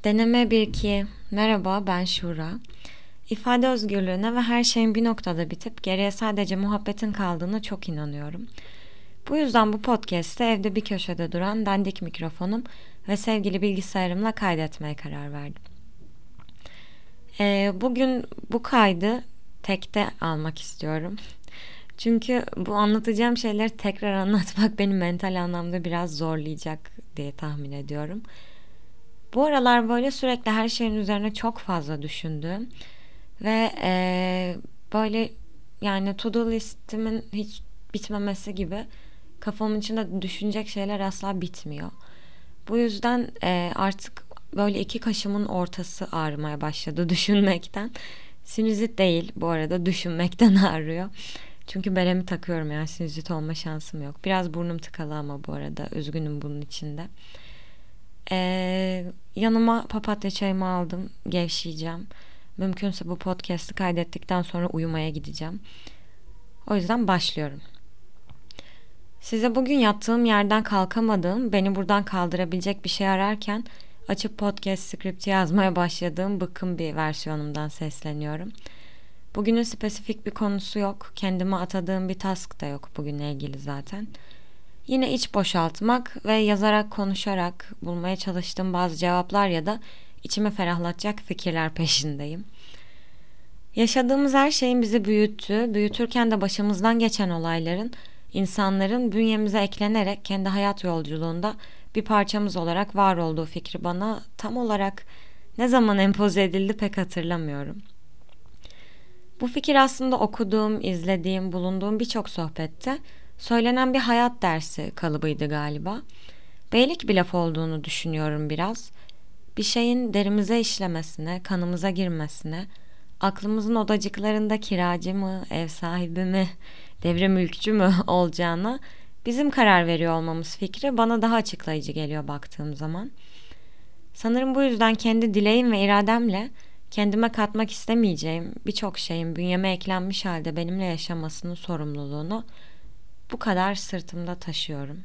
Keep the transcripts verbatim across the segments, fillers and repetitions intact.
Deneme bir iki. Merhaba, ben Şura. İfade özgürlüğüne ve her şeyin bir noktada bitip geriye sadece muhabbetin kaldığına çok inanıyorum. Bu yüzden bu podcast'te evde bir köşede duran dandik mikrofonum ve sevgili bilgisayarımla kaydetmeye karar verdim. Ee, bugün bu kaydı tekte almak istiyorum. Çünkü bu anlatacağım şeyleri tekrar anlatmak beni mental anlamda biraz zorlayacak diye tahmin ediyorum. Bu aralar böyle sürekli her şeyin üzerine çok fazla düşündüğüm ve eee, böyle yani to-do listimin hiç bitmemesi gibi kafamın içinde düşünecek şeyler asla bitmiyor. Bu yüzden eee, artık böyle iki kaşımın ortası ağrımaya başladı düşünmekten. Sinüzit değil bu arada, düşünmekten ağrıyor. Çünkü beremi takıyorum, yani sinüzit olma şansım yok. Biraz burnum tıkalı ama bu arada üzgünüm bunun içinde. Ee, yanıma papatya çayımı aldım. Gevşeyeceğim. Mümkünse bu podcast'ı kaydettikten sonra uyumaya gideceğim. O yüzden başlıyorum. Size bugün yattığım yerden kalkamadığım, beni buradan kaldırabilecek bir şey ararken açıp podcast script'i yazmaya başladığım bıkkın bir versiyonumdan sesleniyorum. Bugünün spesifik bir konusu yok. Kendime atadığım bir task da yok bugünle ilgili zaten. Yine iç boşaltmak ve yazarak, konuşarak bulmaya çalıştığım bazı cevaplar ya da içimi ferahlatacak fikirler peşindeyim. Yaşadığımız her şeyin bizi büyüttüğü, büyütürken de başımızdan geçen olayların, insanların bünyemize eklenerek kendi hayat yolculuğunda bir parçamız olarak var olduğu fikri bana tam olarak ne zaman empoze edildi pek hatırlamıyorum. Bu fikir aslında okuduğum, izlediğim, bulunduğum birçok sohbette söylenen bir hayat dersi kalıbıydı galiba. Beylik bir laf olduğunu düşünüyorum biraz. Bir şeyin derimize işlemesine, kanımıza girmesine, aklımızın odacıklarında kiracı mı, ev sahibi mi, devre mülkçü mü olacağına bizim karar veriyor olmamız fikri bana daha açıklayıcı geliyor baktığım zaman. Sanırım bu yüzden kendi dileğim ve irademle kendime katmak istemeyeceğim birçok şeyin bünyeme eklenmiş halde benimle yaşamasının sorumluluğunu bu kadar sırtımda taşıyorum.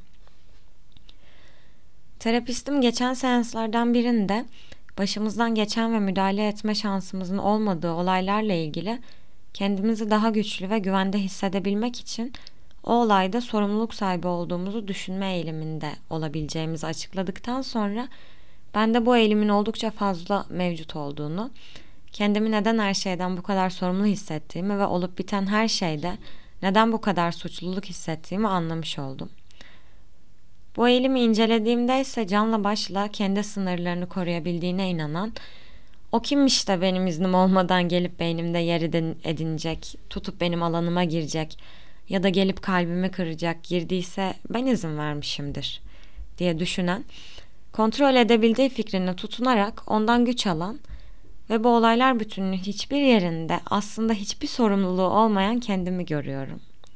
Terapistim geçen seanslardan birinde başımızdan geçen ve müdahale etme şansımızın olmadığı olaylarla ilgili kendimizi daha güçlü ve güvende hissedebilmek için o olayda sorumluluk sahibi olduğumuzu düşünme eğiliminde olabileceğimizi açıkladıktan sonra ben de bu eğilimin oldukça fazla mevcut olduğunu, kendimi neden her şeyden bu kadar sorumlu hissettiğimi ve olup biten her şeyde neden bu kadar suçluluk hissettiğimi anlamış oldum. Bu eğilimi incelediğimde ise canla başla kendi sınırlarını koruyabildiğine inanan, o kimmiş de benim iznim olmadan gelip beynimde yer edinecek, tutup benim alanıma girecek ya da gelip kalbimi kıracak, girdiyse ben izin vermişimdir diye düşünen, kontrol edebildiği fikrine tutunarak ondan güç alan ve bu olaylar bütününün hiçbir yerinde aslında hiçbir sorumluluğu olmayan kendimi görüyorum.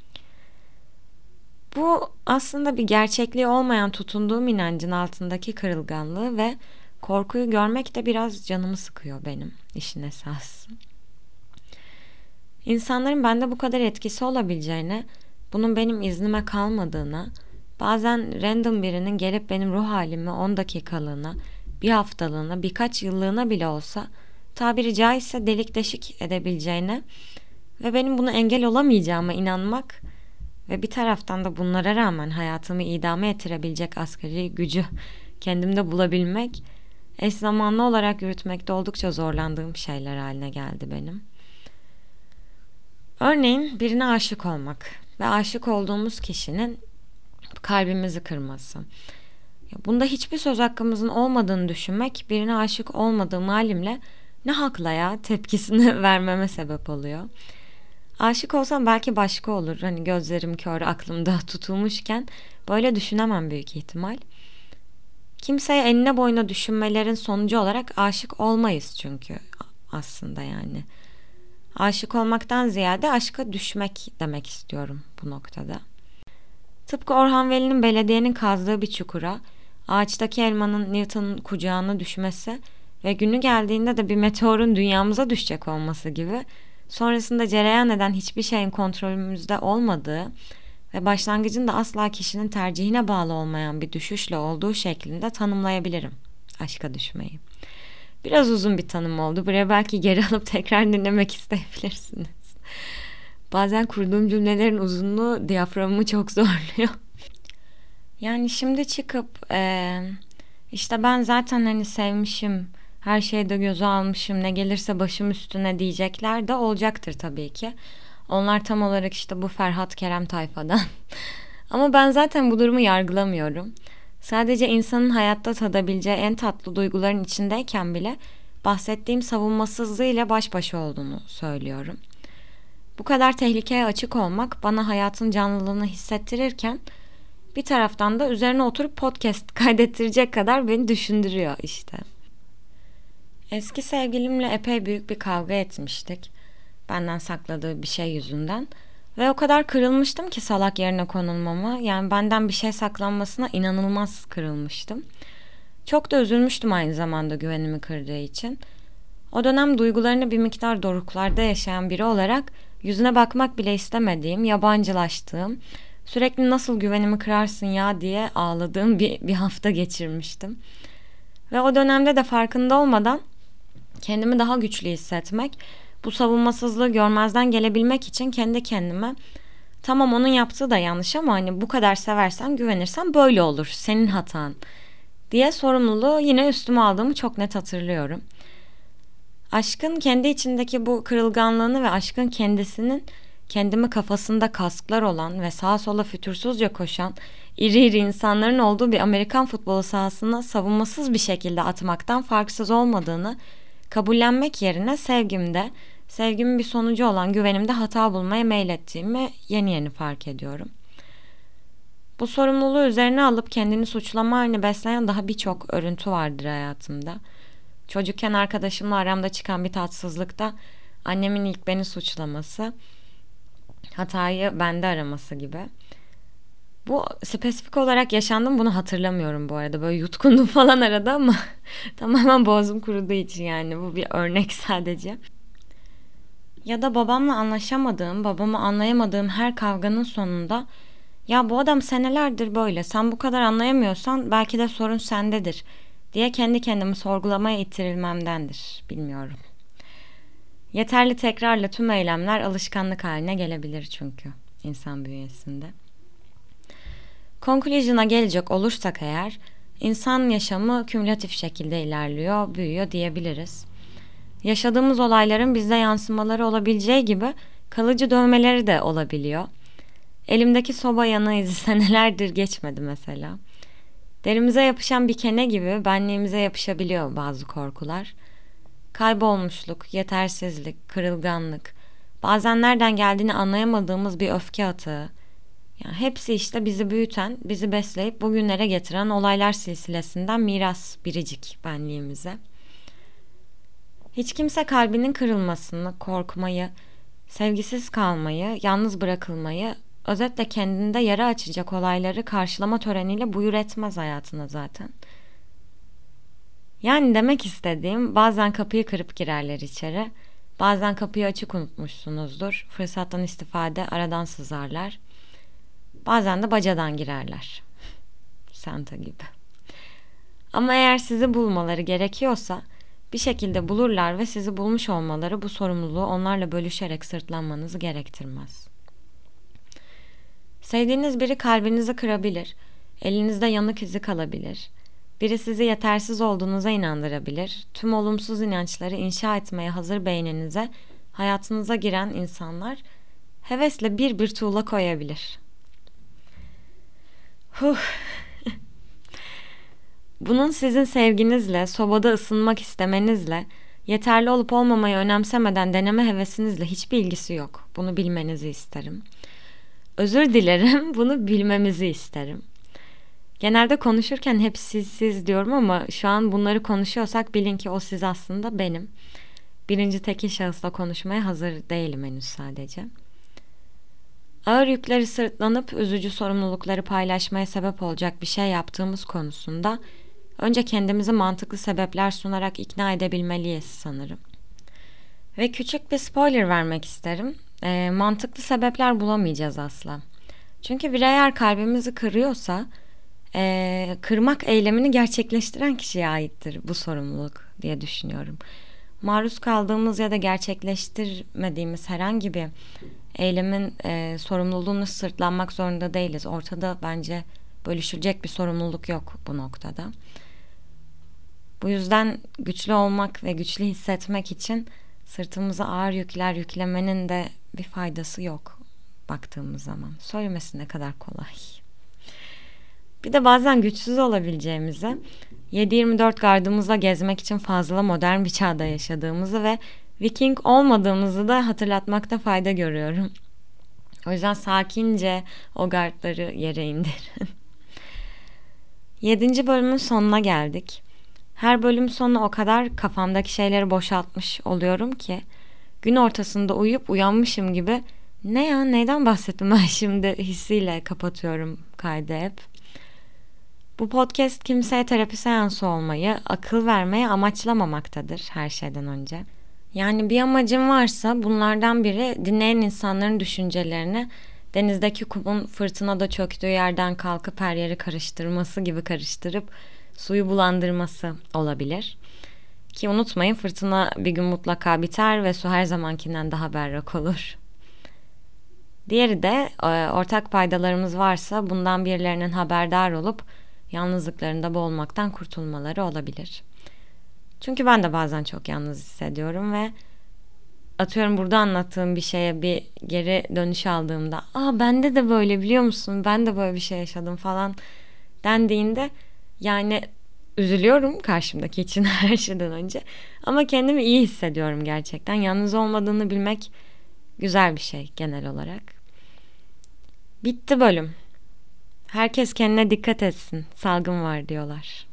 Bu aslında bir gerçekliği olmayan tutunduğum inancın altındaki kırılganlığı ve korkuyu görmek de biraz canımı sıkıyor benim işin esası. İnsanların bende bu kadar etkisi olabileceğine, bunun benim iznime kalmadığına, bazen random birinin gelip benim ruh halimi on dakikalığına, bir haftalığına, birkaç yıllığına bile olsa tabiri caizse delik deşik edebileceğine ve benim buna engel olamayacağıma inanmak ve bir taraftan da bunlara rağmen hayatımı idame ettirebilecek asgari gücü kendimde bulabilmek eş zamanlı olarak yürütmekte oldukça zorlandığım şeyler haline geldi benim. Örneğin birine aşık olmak ve aşık olduğumuz kişinin kalbimizi kırması. Bunda hiçbir söz hakkımızın olmadığını düşünmek birine aşık olmadığım halimle ne hakla ya tepkisini vermeme sebep oluyor. Aşık olsam belki başka olur. Hani gözlerim kör, aklımda tutulmuşken böyle düşünemem büyük ihtimal. Kimseye enine boyuna düşünmelerin sonucu olarak aşık olmayız çünkü aslında yani. Aşık olmaktan ziyade aşka düşmek demek istiyorum bu noktada. Tıpkı Orhan Veli'nin belediyenin kazdığı bir çukura, ağaçtaki elmanın Newton'un kucağına düşmesi ve günü geldiğinde de bir meteorun dünyamıza düşecek olması gibi, sonrasında cereyan eden hiçbir şeyin kontrolümüzde olmadığı ve başlangıcında asla kişinin tercihine bağlı olmayan bir düşüşle olduğu şeklinde tanımlayabilirim aşka düşmeyi. Biraz uzun bir tanım oldu. Buraya belki geri alıp tekrar dinlemek isteyebilirsiniz. Bazen kurduğum cümlelerin uzunluğu diyaframımı çok zorluyor. Yani şimdi çıkıp e, işte ben zaten hani sevmişim, her şeyde göze almışım, ne gelirse başım üstüne diyecekler de olacaktır tabii ki. Onlar tam olarak işte bu Ferhat Kerem tayfadan. Ama ben zaten bu durumu yargılamıyorum. Sadece insanın hayatta tadabileceği en tatlı duyguların içindeyken bile bahsettiğim savunmasızlığıyla baş başa olduğunu söylüyorum. Bu kadar tehlikeye açık olmak bana hayatın canlılığını hissettirirken bir taraftan da üzerine oturup podcast kaydettirecek kadar beni düşündürüyor işte. Eski sevgilimle epey büyük bir kavga etmiştik. Benden sakladığı bir şey yüzünden. Ve o kadar kırılmıştım ki salak yerine konulmama. Yani benden bir şey saklanmasına inanılmaz kırılmıştım. Çok da üzülmüştüm aynı zamanda güvenimi kırdığı için. O dönem duygularını bir miktar doruklarda yaşayan biri olarak yüzüne bakmak bile istemediğim, yabancılaştığım, sürekli nasıl güvenimi kırarsın ya diye ağladığım bir, bir hafta geçirmiştim. Ve o dönemde de farkında olmadan kendimi daha güçlü hissetmek, bu savunmasızlığı görmezden gelebilmek için kendi kendime tamam onun yaptığı da yanlış ama hani bu kadar seversen güvenirsen böyle olur, senin hatan diye sorumluluğu yine üstüme aldığımı çok net hatırlıyorum. Aşkın kendi içindeki bu kırılganlığını ve aşkın kendisinin kendimi kafasında kasklar olan ve sağa sola fütursuzca koşan iri iri insanların olduğu bir Amerikan futbolu sahasına savunmasız bir şekilde atmaktan farksız olmadığını kabullenmek yerine sevgimde, sevgimin bir sonucu olan güvenimde hata bulmaya meylettiğimi yeni yeni fark ediyorum. Bu sorumluluğu üzerine alıp kendini suçlama halini besleyen daha birçok örüntü vardır hayatımda. Çocukken arkadaşımla aramda çıkan bir tatsızlıkta annemin ilk beni suçlaması, hatayı bende araması gibi. Bu spesifik olarak yaşandım, bunu hatırlamıyorum bu arada. Böyle yutkundum falan arada ama tamamen boğazım kuruduğu için yani bu bir örnek sadece. Ya da babamla anlaşamadığım, babamı anlayamadığım her kavganın sonunda ya bu adam senelerdir böyle, sen bu kadar anlayamıyorsan belki de sorun sendedir diye kendi kendimi sorgulamaya ittirilmemdendir, bilmiyorum. Yeterli tekrarla tüm eylemler alışkanlık haline gelebilir çünkü insan bünyesinde. Conclusion'a gelecek olursak eğer, insan yaşamı kümülatif şekilde ilerliyor, büyüyor diyebiliriz. Yaşadığımız olayların bizde yansımaları olabileceği gibi kalıcı dövmeleri de olabiliyor. Elimdeki soba yanığı izi senelerdir geçmedi mesela. Derimize yapışan bir kene gibi benliğimize yapışabiliyor bazı korkular. Kaybolmuşluk, yetersizlik, kırılganlık, bazen nereden geldiğini anlayamadığımız bir öfke atağı. Yani hepsi işte bizi büyüten, bizi besleyip bugünlere getiren olaylar silsilesinden miras biricik benliğimize. Hiç kimse kalbinin kırılmasını, korkmayı, sevgisiz kalmayı, yalnız bırakılmayı, özetle kendinde yara açacak olayları karşılama töreniyle buyur etmez hayatına zaten. Yani demek istediğim, bazen kapıyı kırıp girerler içeri, bazen kapıyı açık unutmuşsunuzdur, fırsattan istifade aradan sızarlar, bazen de bacadan girerler. Santa gibi. Ama eğer sizi bulmaları gerekiyorsa bir şekilde bulurlar ve sizi bulmuş olmaları bu sorumluluğu onlarla bölüşerek sırtlanmanızı gerektirmez. Sevdiğiniz biri kalbinizi kırabilir, elinizde yanık izi kalabilir, biri sizi yetersiz olduğunuza inandırabilir, tüm olumsuz inançları inşa etmeye hazır beyninize, hayatınıza giren insanlar hevesle bir bir tuğla koyabilir. Huh. Bunun sizin sevginizle, sobada ısınmak istemenizle, yeterli olup olmamayı önemsemeden deneme hevesinizle hiçbir ilgisi yok. Bunu bilmenizi isterim. Özür dilerim, bunu bilmemizi isterim. Genelde konuşurken hep siz siz diyorum ama şu an bunları konuşuyorsak bilin ki o siz aslında benim. Birinci tekil şahısla konuşmaya hazır değilim henüz sadece. Ağır yükleri sırtlanıp üzücü sorumlulukları paylaşmaya sebep olacak bir şey yaptığımız konusunda önce kendimizi mantıklı sebepler sunarak ikna edebilmeliyiz sanırım. Ve küçük bir spoiler vermek isterim. E, mantıklı sebepler bulamayacağız asla. Çünkü bir eğer kalbimizi kırıyorsa, e, kırmak eylemini gerçekleştiren kişiye aittir bu sorumluluk diye düşünüyorum. Maruz kaldığımız ya da gerçekleştirmediğimiz herhangi bir eylemin e, sorumluluğunu sırtlanmak zorunda değiliz. Ortada bence bölüşülecek bir sorumluluk yok bu noktada. Bu yüzden güçlü olmak ve güçlü hissetmek için sırtımıza ağır yükler yüklemenin de bir faydası yok baktığımız zaman. Söylemesi ne kadar kolay. Bir de bazen güçsüz olabileceğimizi, yedi yirmi dört gardımızla gezmek için fazla modern bir çağda yaşadığımızı ve Viking olmadığımızı da hatırlatmakta fayda görüyorum. O yüzden sakince o gardları yere indirin. Yedinci bölümün sonuna geldik. Her bölüm sonu o kadar kafamdaki şeyleri boşaltmış oluyorum ki gün ortasında uyuyup uyanmışım gibi ne ya neyden bahsettim ben şimdi hissiyle kapatıyorum kaydı hep. Bu podcast kimseye terapi seansı olmayı, akıl vermeye amaçlamamaktadır her şeyden önce. Yani bir amacım varsa bunlardan biri dinleyen insanların düşüncelerini denizdeki kumun fırtınada çöktüğü yerden kalkıp her yeri karıştırması gibi karıştırıp suyu bulandırması olabilir. Ki unutmayın fırtına bir gün mutlaka biter ve su her zamankinden daha berrak olur. Diğeri de ortak paydalarımız varsa bundan birilerinin haberdar olup yalnızlıklarında boğulmaktan kurtulmaları olabilir. Çünkü ben de bazen çok yalnız hissediyorum ve atıyorum burada anlattığım bir şeye bir geri dönüş aldığımda aa bende de böyle biliyor musun ben de böyle bir şey yaşadım falan dendiğinde yani üzülüyorum karşımdaki için her şeyden önce ama kendimi iyi hissediyorum gerçekten. Yalnız olmadığını bilmek güzel bir şey genel olarak. Bitti bölüm. Herkes kendine dikkat etsin. Salgın var diyorlar.